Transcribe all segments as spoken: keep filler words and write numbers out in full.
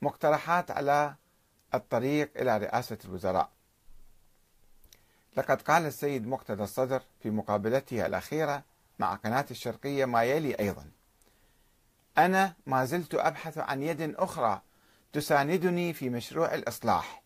مقترحات على الطريق إلى رئاسة الوزراء. لقد قال السيد مقتدى الصدر في مقابلته الأخيرة مع قناة الشرقية ما يلي أيضا: أنا ما زلت أبحث عن يد أخرى تساندني في مشروع الإصلاح.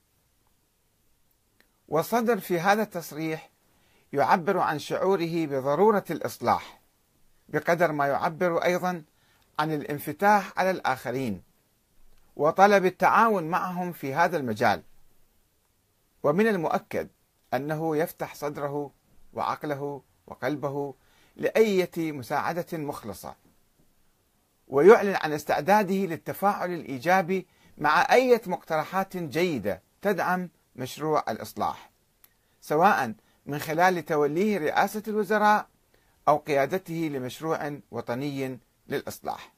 والصدر في هذا التصريح يعبر عن شعوره بضرورة الإصلاح بقدر ما يعبر أيضا عن الانفتاح على الآخرين وطلب التعاون معهم في هذا المجال. ومن المؤكد أنه يفتح صدره وعقله وقلبه لأية مساعدة مخلصة، ويعلن عن استعداده للتفاعل الإيجابي مع أي مقترحات جيدة تدعم مشروع الإصلاح، سواء من خلال توليه رئاسة الوزراء أو قيادته لمشروع وطني للإصلاح.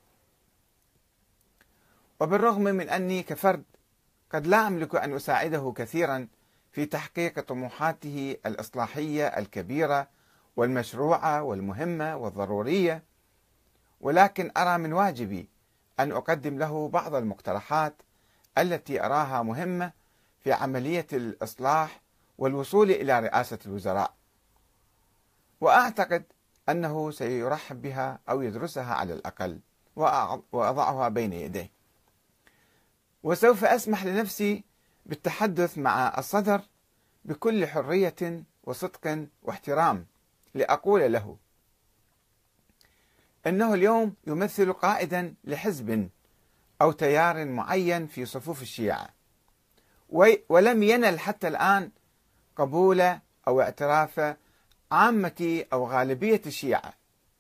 وبالرغم من أني كفرد قد لا أملك أن أساعده كثيرا في تحقيق طموحاته الإصلاحية الكبيرة والمشروعة والمهمة والضرورية، ولكن أرى من واجبي أن أقدم له بعض المقترحات التي أراها مهمة في عملية الإصلاح والوصول إلى رئاسة الوزراء، وأعتقد أنه سيرحب بها أو يدرسها على الأقل وأضعها بين يديه. وسوف أسمح لنفسي بالتحدث مع الصدر بكل حرية وصدق واحترام لأقول له إنه اليوم يمثل قائدا لحزب أو تيار معين في صفوف الشيعة، ولم ينل حتى الآن قبول أو اعتراف عامة أو غالبية الشيعة،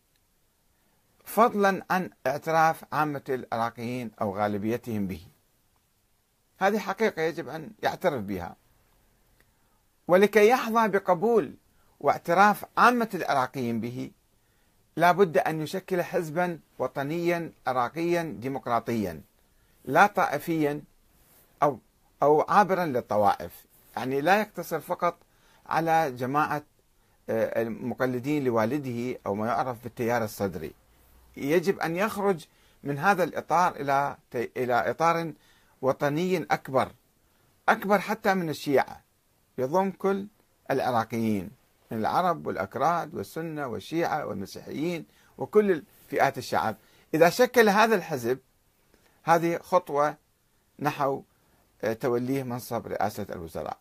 فضلا عن اعتراف عامة العراقيين أو غالبيتهم به. هذه حقيقة يجب أن يعترف بها. ولكي يحظى بقبول واعتراف عامة العراقيين به لا بد أن يشكل حزبا وطنيا عراقيا ديمقراطيا لا طائفيا أو أو عابرا للطوائف، يعني لا يقتصر فقط على جماعة المقلدين لوالده أو ما يعرف بالتيار الصدري. يجب أن يخرج من هذا الإطار إلى إلى إطار وطني أكبر أكبر حتى من الشيعة، يضم كل العراقيين من العرب والأكراد والسنة والشيعة والمسيحيين وكل فئات الشعب. إذا شكل هذا الحزب هذه خطوة نحو توليه منصب رئاسة الوزراء.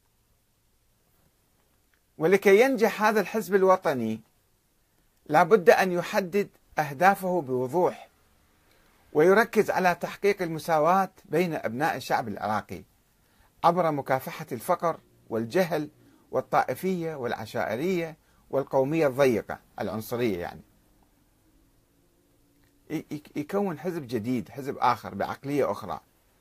ولكي ينجح هذا الحزب الوطني لا بد أن يحدد أهدافه بوضوح ويركز على تحقيق المساواة بين أبناء الشعب العراقي عبر مكافحة الفقر والجهل والطائفية والعشائرية والقومية الضيقة العنصرية، يعني يكون حزب جديد، حزب آخر بعقلية أخرى.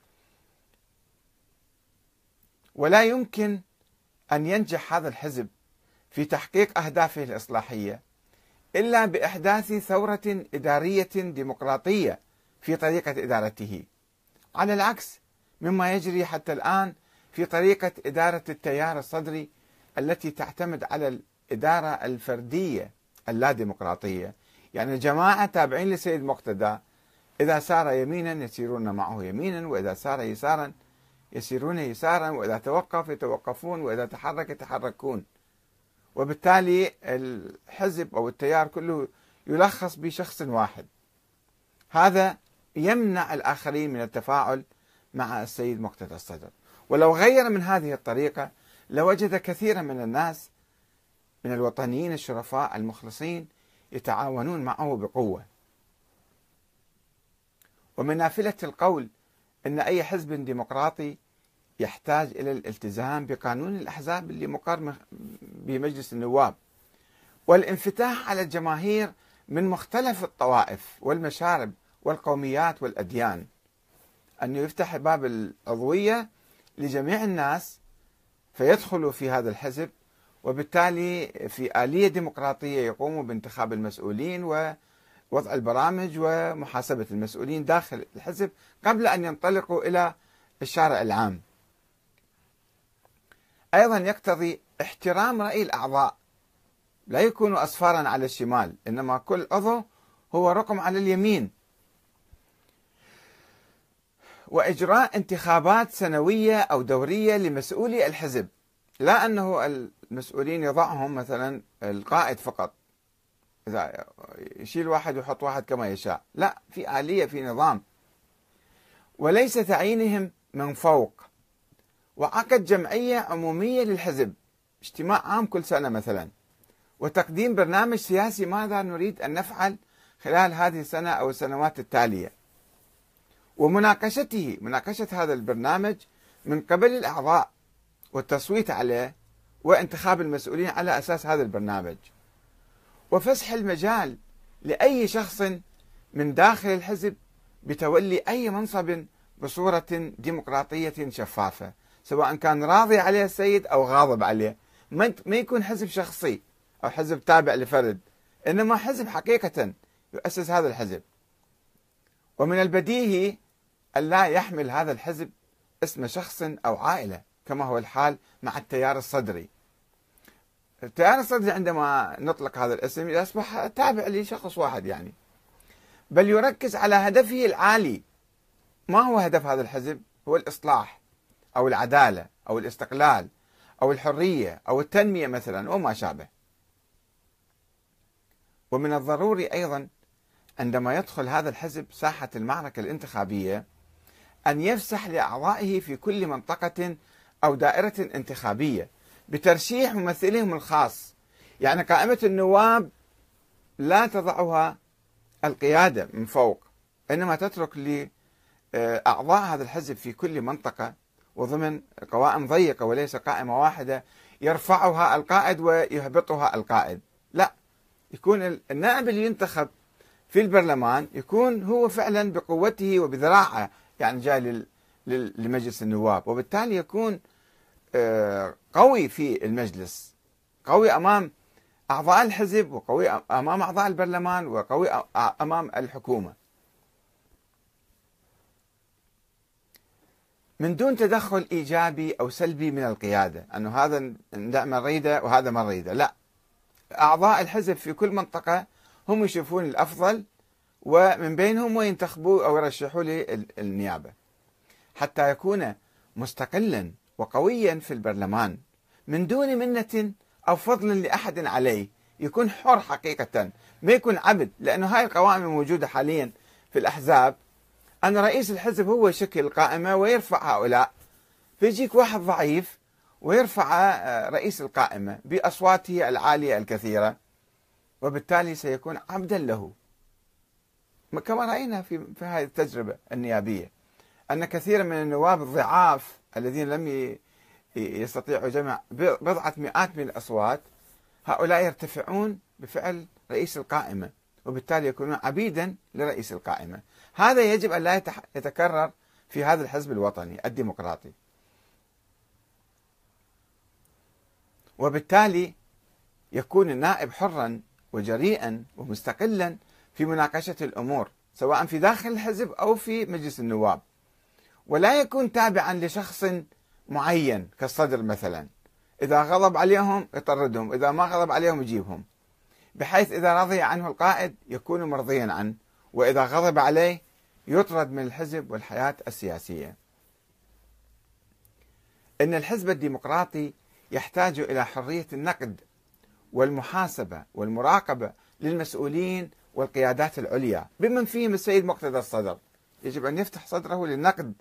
ولا يمكن أن ينجح هذا الحزب في تحقيق أهدافه الإصلاحية إلا بإحداث ثورة إدارية ديمقراطية في طريقة إدارته، على العكس مما يجري حتى الآن في طريقة إدارة التيار الصدري التي تعتمد على الإدارة الفردية اللا ديمقراطية. يعني جماعة تابعين لسيد مقتدى إذا سار يمينا يسيرون معه يمينا، وإذا سار يسارا يسيرون يسارا، وإذا توقف يتوقفون، وإذا تحرك يتحركون. وبالتالي الحزب أو التيار كله يلخص بشخص واحد. هذا يمنع الآخرين من التفاعل مع السيد مقتدى الصدر. ولو غير من هذه الطريقة لوجد كثيرا من الناس من الوطنيين الشرفاء المخلصين يتعاونون معه بقوة. ومن نافلة القول أن أي حزب ديمقراطي يحتاج إلى الالتزام بقانون الأحزاب اللي مقر بمجلس النواب والانفتاح على الجماهير من مختلف الطوائف والمشارب والقوميات والأديان، أنه يفتح باب العضوية لجميع الناس فيدخلوا في هذا الحزب، وبالتالي في آلية ديمقراطية يقوموا بانتخاب المسؤولين ووضع البرامج ومحاسبة المسؤولين داخل الحزب قبل أن ينطلقوا إلى الشارع العام. أيضا يقتضي احترام رأي الأعضاء، لا يكونوا أصفارا على الشمال، إنما كل عضو هو رقم على اليمين. وإجراء انتخابات سنوية أو دورية لمسؤولي الحزب، لا أنه المسؤولين يضعهم مثلا القائد فقط، إذا يشيل واحد ويحط واحد كما يشاء، لا، في آلية، في نظام، وليس تعيينهم من فوق. وعقد جمعية عمومية للحزب، اجتماع عام كل سنة مثلا، وتقديم برنامج سياسي ماذا نريد أن نفعل خلال هذه السنة أو السنوات التالية، ومناقشته مناقشة هذا البرنامج من قبل الأعضاء، والتصويت عليه، وانتخاب المسؤولين على أساس هذا البرنامج، وفسح المجال لأي شخص من داخل الحزب بتولي أي منصب بصورة ديمقراطية شفافة، سواء كان راضي عليه السيد أو غاضب عليه، ما يكون حزب شخصي أو حزب تابع لفرد، إنما حزب حقيقة يؤسس هذا الحزب. ومن البديهي أن لا يحمل هذا الحزب اسم شخص أو عائلة كما هو الحال مع التيار الصدري. التيار الصدري عندما نطلق هذا الاسم يصبح تابع لشخص واحد يعني، بل يركز على هدفه العالي. ما هو هدف هذا الحزب؟ هو الإصلاح أو العدالة أو الاستقلال أو الحرية أو التنمية مثلا وما شابه. ومن الضروري أيضا عندما يدخل هذا الحزب ساحة المعركة الانتخابية أن يفسح لأعضائه في كل منطقة أو دائرة انتخابية بترشيح ممثلهم الخاص. يعني قائمة النواب لا تضعها القيادة من فوق، إنما تترك لأعضاء هذا الحزب في كل منطقة وضمن قوائم ضيقة، وليس قائمة واحدة يرفعها القائد ويهبطها القائد، لا، يكون النائب اللي ينتخب في البرلمان يكون هو فعلا بقوته وبذراعه، يعني جاي لمجلس النواب، وبالتالي يكون قوي في المجلس، قوي أمام أعضاء الحزب، وقوي أمام أعضاء البرلمان، وقوي أمام الحكومة، من دون تدخل إيجابي أو سلبي من القيادة، أنه هذا نعمل نريده وهذا ما نريده، لا، أعضاء الحزب في كل منطقة هم يشوفون الأفضل ومن بينهم وينتخبوا أو يرشحوا للنيابة، حتى يكون مستقلا وقويا في البرلمان من دون منة أو فضل لأحد عليه، يكون حر حقيقة، ما يكون عبد. لأنه هاي القوائم الموجودة حاليا في الأحزاب أن رئيس الحزب هو يشكل القائمة ويرفع هؤلاء، فيجيك واحد ضعيف ويرفع رئيس القائمة بأصواته العالية الكثيرة، وبالتالي سيكون عبدا له، كما رأينا في في هذه التجربة النيابية أن كثيرا من النواب الضعاف الذين لم يستطيعوا جمع بضعة مئات من الأصوات، هؤلاء يرتفعون بفعل رئيس القائمة، وبالتالي يكونون عبيدا لرئيس القائمة. هذا يجب أن لا يتكرر في هذا الحزب الوطني الديمقراطي، وبالتالي يكون النائب حرا وجريئا ومستقلا في مناقشة الأمور سواء في داخل الحزب أو في مجلس النواب، ولا يكون تابعا لشخص معين كالصدر مثلا، إذا غضب عليهم يطردهم، إذا ما غضب عليهم يجيبهم، بحيث إذا رضي عنه القائد يكون مرضيا عنه، وإذا غضب عليه يطرد من الحزب والحياة السياسية. إن الحزب الديمقراطي يحتاج إلى حرية النقد والمحاسبة والمراقبة للمسؤولين والقيادات العليا، بمن فيهم السيد مقتدى الصدر، يجب أن يفتح صدره للنقد.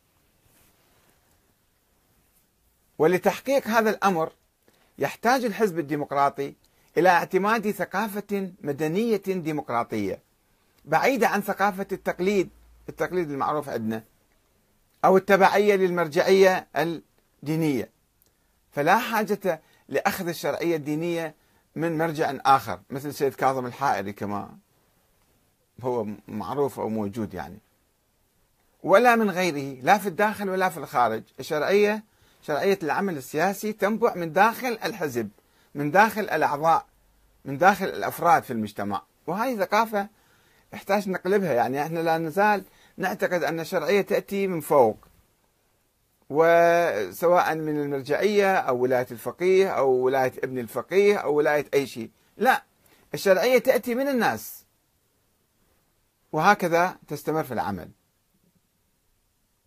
ولتحقيق هذا الأمر يحتاج الحزب الديمقراطي إلى اعتماد ثقافة مدنية ديمقراطية بعيدة عن ثقافة التقليد التقليد المعروف عندنا أو التبعية للمرجعية الدينية، فلا حاجة لأخذ الشرعية الدينية من مرجع آخر مثل سيد كاظم الحائري كما هو معروف أو موجود يعني، ولا من غيره، لا في الداخل ولا في الخارج. الشرعية شرعية العمل السياسي تنبع من داخل الحزب، من داخل الأعضاء، من داخل الأفراد في المجتمع، وهذه ثقافة يحتاج نقلبها. يعني احنا لا نزال نعتقد أن الشرعية تأتي من فوق، وسواء من المرجعية أو ولاية الفقيه أو ولاية ابن الفقيه أو ولاية أي شيء، لا، الشرعية تأتي من الناس، وهكذا تستمر في العمل.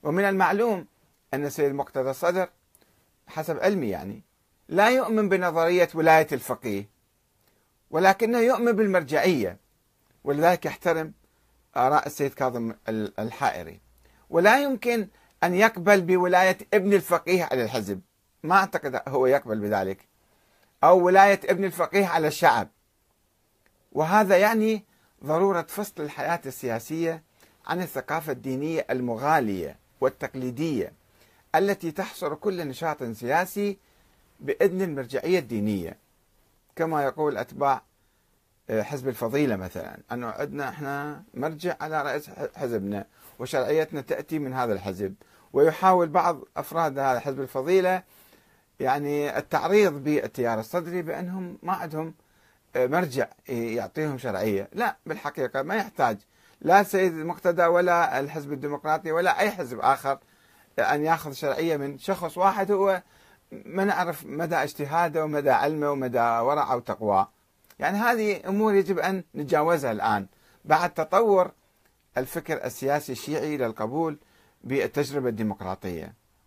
ومن المعلوم أن السيد مقتدى الصدر حسب علمي يعني لا يؤمن بنظرية ولاية الفقيه، ولكنه يؤمن بالمرجعية، ولذلك يحترم آراء السيد كاظم الحائري، ولا يمكن أن يقبل بولاية ابن الفقيه على الحزب، ما أعتقد هو يقبل بذلك، أو ولاية ابن الفقيه على الشعب. وهذا يعني ضرورة فصل الحياة السياسية عن الثقافة الدينية المغالية والتقليدية التي تحصر كل نشاط سياسي بإذن المرجعية الدينية، كما يقول أتباع حزب الفضيلة مثلا، أنه عندنا إحنا مرجع على رأس حزبنا وشرعيتنا تأتي من هذا الحزب، ويحاول بعض أفراد هذا حزب الفضيلة يعني التعريض بالتيار الصدري بأنهم ما عندهم مرجع يعطيهم شرعية. لا، بالحقيقة ما يحتاج لا السيد مقتدى ولا الحزب الديمقراطي ولا أي حزب آخر أن يأخذ شرعية من شخص واحد هو ما نعرف مدى اجتهاده ومدى علمه ومدى ورعه وتقواه. يعني هذه أمور يجب أن نتجاوزها الآن بعد تطور الفكر السياسي الشيعي للقبول بالتجربة الديمقراطية.